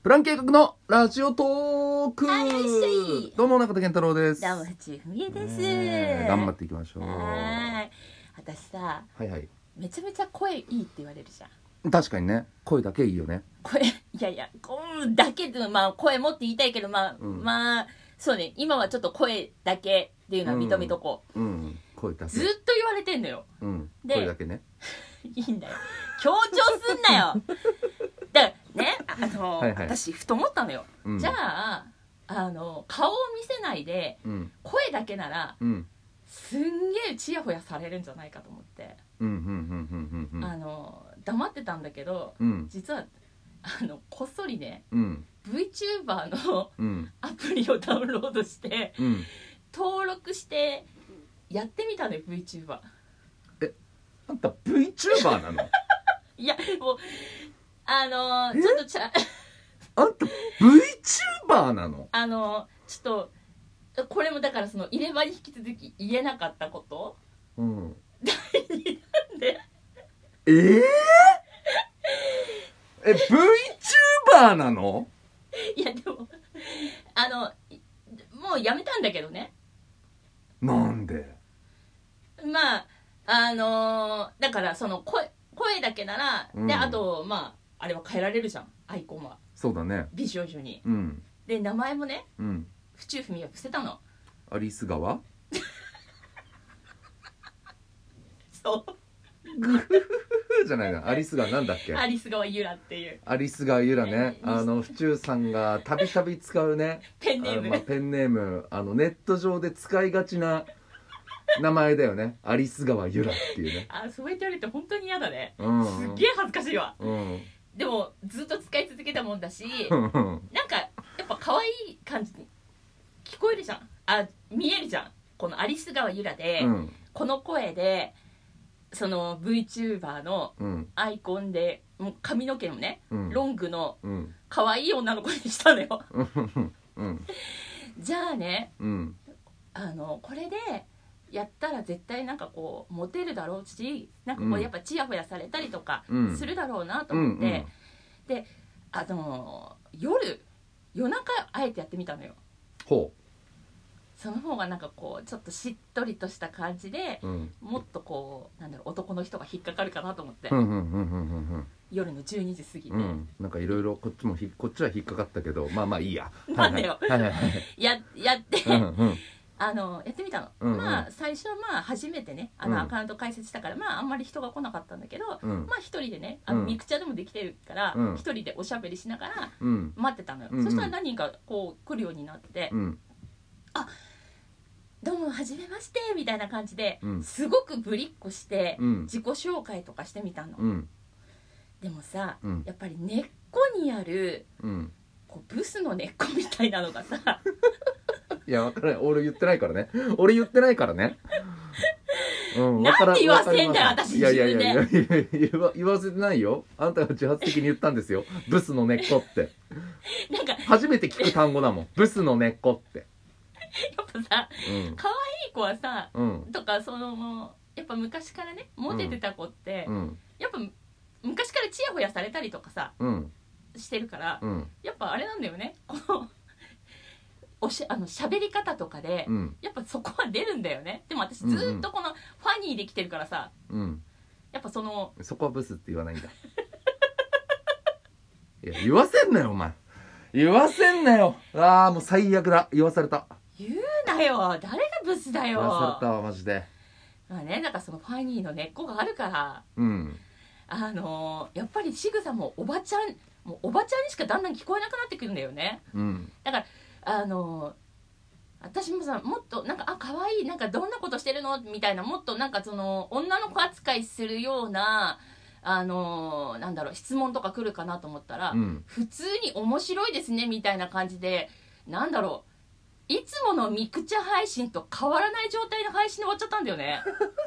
プラン計画のラジオトーク。 はい、いらっしゃい。 どうも中田健太郎です。 どうも藤井文江です。 頑張っていきましょう。 はい。私さ、 はいはい。 めちゃめちゃ声いいって言われるじゃん。 確かにね、声だけいいよね。 声、いや声だけで、まあ声もって言いたいけど、まあそうね、今はちょっと声だけっていうのは認めとこう。 声だけ。 ずっと言われてんのよ。で声だけね。 いいんだよ。強調すんなよ。でね、私ふと思ったのよ。じゃあ顔を見せないで、声だけなら、すんげえチヤホヤされるんじゃないかと思って、黙ってたんだけど、実はこっそりね、VTuber のアプリをダウンロードして、登録してやってみたのよ VTuber。 あんた VTuber なの？ いやもうちょっとあんた VTuber なの？ ちょっとこれもだからその入れ歯に引き続き言えなかったこと、第2弾で VTuber なの？ いやでももうやめたんだけどね。 なんで？ まあだからその声だけなら、であとまああれは変えられるじゃん、アイコンは。そうだね、美少女に。で名前もね、府中文は伏せたの。 アリス川そうじゃないな、アリス川なんだっけ？ アリス川ゆらっていう。 アリス川ゆらね、府中さんがたびたび使うねペンネーム、 ペンネーム、ネット上で使いがちな名前だよね。アリス川ゆらっていうね。 そうやって言われて本当に嫌だね。すっげえ恥ずかしいわ。でもずっと使い続けたもんだし、なんかやっぱ可愛い感じに聞こえるじゃん、見えるじゃん。このアリス川ゆらで、この声でその VTuber のアイコンで、もう髪の毛のね、ロングの可愛い女の子にしたのよ。じゃあね、これでやったら絶対なんかこうモテるだろうし、なんかこうやっぱチヤホヤされたりとかするだろうなと思って、で夜中あえてやってみたのよ。その方がなんかこうちょっとしっとりとした感じで、もっとこうなんだろう、男の人が引っかかるかなと思って、夜の12時過ぎて、なんかいろいろこっちは引っかかったけど、まあいいや。なんだよ。やってやってみたの。まあ最初はまあ初めてね、アカウント開設したから、まああんまり人が来なかったんだけど、まあ一人でね、ミクチャでもできてるから一人でおしゃべりしながら待ってたのよ。そしたら何人かこう来るようになって、どうもはじめましてみたいな感じで、すごくぶりっこして自己紹介とかしてみたの。でもさ、やっぱり根っこにあるこうブスの根っこみたいなのがさいや、分からない。俺言ってないからね。 なんて言わせんだよ、私自分で。 いや言わせてないよ。あんたが自発的に言ったんですよ。ブスの根っこって。なんか初めて聞く単語だもん。ブスの根っこって。 やっぱさ、可愛い子はさ、とかやっぱ昔からねモテてた子って、やっぱ昔からチヤホヤされたりとかさ、してるから、やっぱあれなんだよね。この喋り方とかで、やっぱそこは出るんだよね。でも私ずっとこのファニーできてるからさ、やっぱそこはブスって言わないんだ。 いや、言わせんなよお前。言わせんなよ。もう最悪だ。言わされた。 言うなよ、誰がブスだよ。 言わされたわマジで。 まあね、なんかそのファニーの根っこがあるから、やっぱり仕草もおばちゃんにしかだんだん聞こえなくなってくるんだよね。だから私もさ、もっとなんか可愛い、なんかどんなことしてるのみたいな、もっとなんかその女の子扱いするようななんだろう、質問とか来るかなと思ったら、普通に面白いですねみたいな感じで、なんだろう、いつものミクチャ配信と変わらない状態の配信で終わっちゃったんだよね。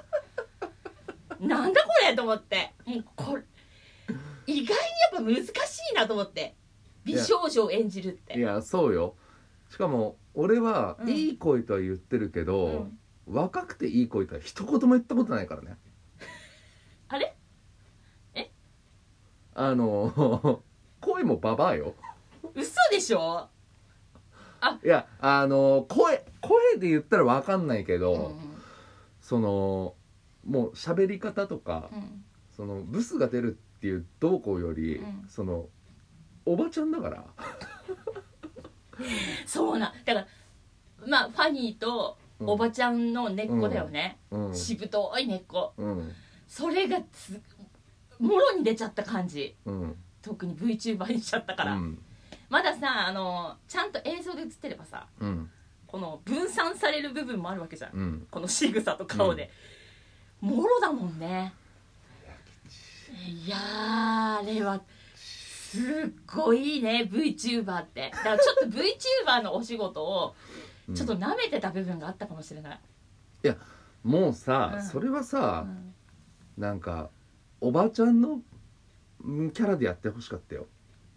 なんだこれと思って、もうこれ意外にやっぱ難しいなと思って、美少女を演じるって。 いやそうよ。しかも俺はいい声とは言ってるけど、若くていい声とは一言も言ったことないからね。 あれ？ 声もババアよ。 嘘でしょ。 いや声で言ったら分かんないけど、そのもう喋り方とか、そのブスが出るっていうどうこうより、そのおばちゃんだからそうな、だからまあファニーとおばちゃんの根っこだよね、しぶとい根っこ、それがもろに出ちゃった感じ、特に VTuber にしちゃったから、まださちゃんと映像で映ってればさ、この分散される部分もあるわけじゃん、この仕草と顔で、もろだもんね。いやあれはすっごいね VTuber って。だからちょっと VTuber のお仕事をちょっと舐めてた部分があったかもしれない。 いやもうさ、それはさ、なんかおばちゃんのキャラでやってほしかったよ。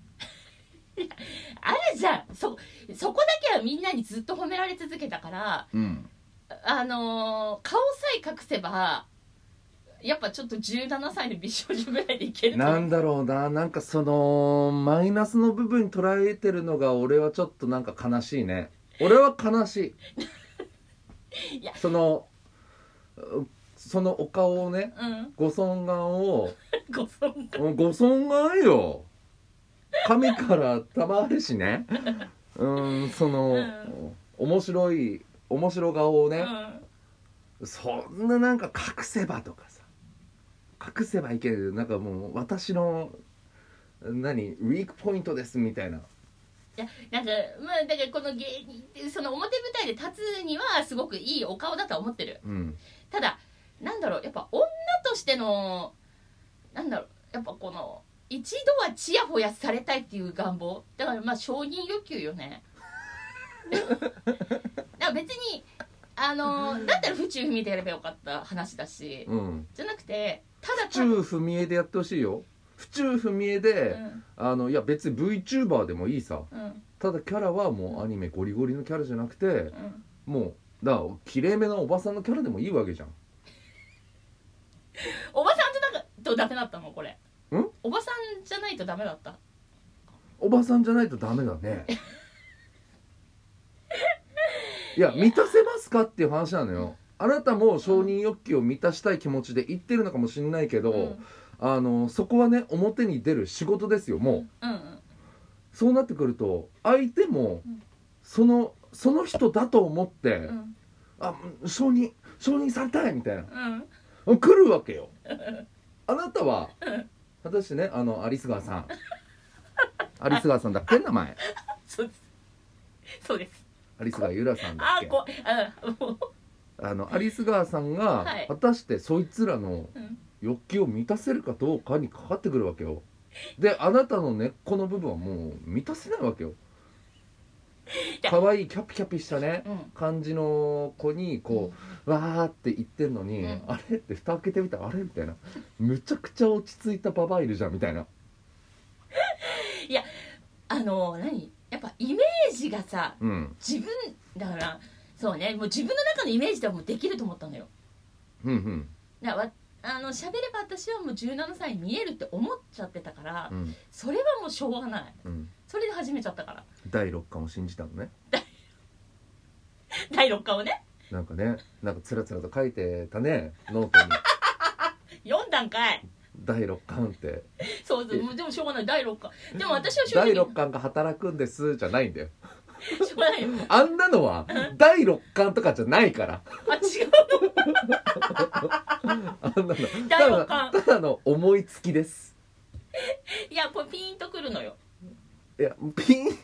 あるじゃん、そこだけはみんなにずっと褒められ続けたから、顔さえ隠せばやっぱちょっと17歳の美少女ぐらいでいけると思う。 なんだろうな、なんかそのマイナスの部分捉えてるのが俺はちょっとなんか悲しいね。俺は悲しい。いやそのお顔をね、ご尊顔をご尊顔よ。髪から玉あるしね。その、面白顔をね、そんななんか隠せばとかさ、隠せばいける、なんかもう私のウィークポイントですみたいな。いやなんかまあだからこの芸人ってその表舞台で立つにはすごくいいお顔だとは思ってる、ただなんだろう、やっぱ女としてのなんだろう、やっぱこの一度はチヤホヤされたいっていう願望だから、まあ承認欲求よね。だから別にだったら府中文枝でやればよかった話だし、じゃなくてただ府中文枝でやってほしいよ。府中文枝で、いや別に VTuber でもいいさ、ただキャラはもうアニメゴリゴリのキャラじゃなくて、もうだからきれいめなおばさんのキャラでもいいわけじゃん。 おばさんじゃなくとダメだったのこれ。おばさんじゃないとダメだった。 おばさんじゃないとダメだね。いや満たせますかっていう話なのよ。あなたも承認欲求を満たしたい気持ちで言ってるのかもしれないけど、そこはね表に出る仕事ですよもう、そうなってくると相手も、その人だと思って、承認されたいみたいな、来るわけよ。あなたは果たしてねアリス川さんアリス川さんだっけ名前。 そうです。 アリス川ゆらさんだっけ。アリス川さんが果たしてそいつらの欲求を満たせるかどうかにかかってくるわけよ。であなたの根っこの部分はもう満たせないわけよ。可愛いキャピキャピしたね、感じの子にこう、わーって言ってんのに、あれって蓋開けてみたらあれみたいな、むちゃくちゃ落ち着いたババアいるじゃんみたいな。 いや何やっぱイメージがさ、自分だからそうね、もう自分の中のイメージではもうできると思ったのよ。だから喋れば私はもう17歳に見えるって思っちゃってたから、それはもうしょうがない、それで始めちゃったから。 第6巻を信じたのね。 第6巻をね、 なんかね、なんかつらつらと書いてたねノートに。 読んだんかい第6巻って。 そうでもしょうがない。第6巻でも私は正直第6巻が働くんですじゃないんだよ。 しょうがないよ。 あんなのは第6巻とかじゃないから。 違うのあんなの第6巻ただの思いつきです。 いやこれピーンとくるのよ。 いやピン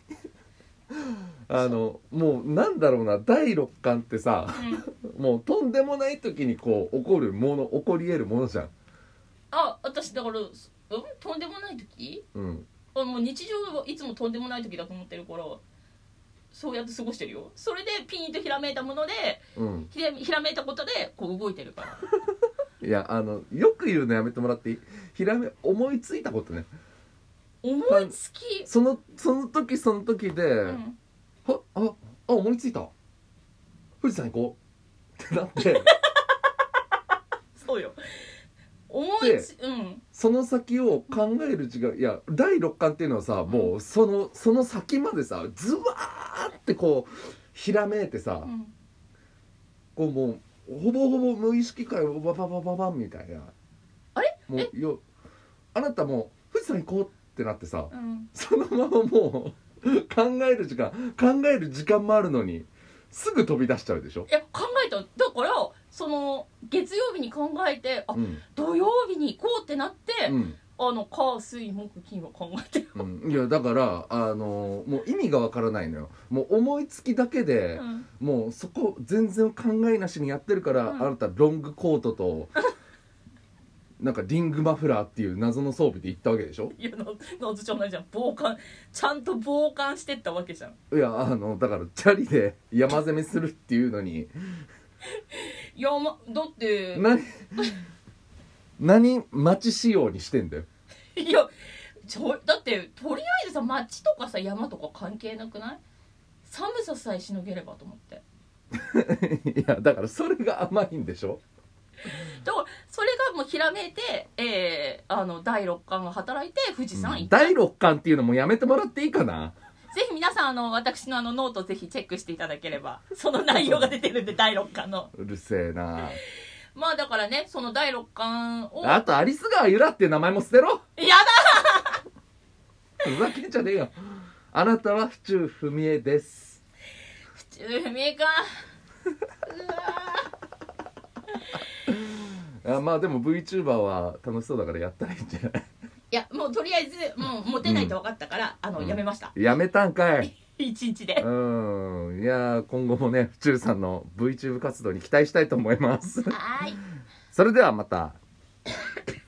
もうなんだろうな、第6巻ってさ、もうとんでもない時にこう起こり得るものじゃん。 私だからとんでもない時、もう日常はいつもとんでもない時だと思ってるからそうやって過ごしてるよ。それでピーンとひらめいたもので、ひらめいたことでこう動いてるから。 いやよく言うのやめてもらっていい？思いついたことね。 思いつきその時で、思いついた、富士山行こうってなってそうよ、 その先を考える時間、いや第6巻っていうのはさ、もうその先までさズワーってこうひらめいてさ、こうもうほぼほぼ無意識界をバババババンみたいな、 あれもうあなたもう富士山行こうってなってさ、そのままもう考える時間もあるのにすぐ飛び出しちゃうでしょ。 いや考えた、だからその月曜日に考えて土曜日に行こうってなって、火水木金は考えてよ、 いやだからもう意味がわからないのよ。もう思いつきだけで、もうそこ全然考えなしにやってるから、あなたロングコートとなんかリングマフラーっていう謎の装備で行ったわけでしょ。 いやなずちゃんないじゃん、ちゃんと防寒してったわけじゃん。 いやだからチャリで山攻めするっていうのにだって何町仕様にしてんだよ。 いやだってとりあえずさ、町とかさ山とか関係なくない？寒ささえしのげればと思っていやだからそれが甘いんでしょ。 だからそれがもうひらめいて、第6巻が働いて富士山行った、 第6巻っていうのもやめてもらっていいかな。 ぜひ皆さん私のノートぜひチェックしていただければその内容が出てるんで第6巻のうるせえな。 まあだからね、その第6巻をあとアリス川ゆらっていう名前も捨てろ。 やだふざけんじゃねえよ。あなたは府中文江です。 府中文江かうわまあでも VTuber は楽しそうだからやったらいいんじゃない。 いやもうとりあえずもうモテないと分かったから、やめました。 やめたんかい一日で。 いや今後もね府中さんの VTuber 活動に期待したいと思います。 はい。 それではまた。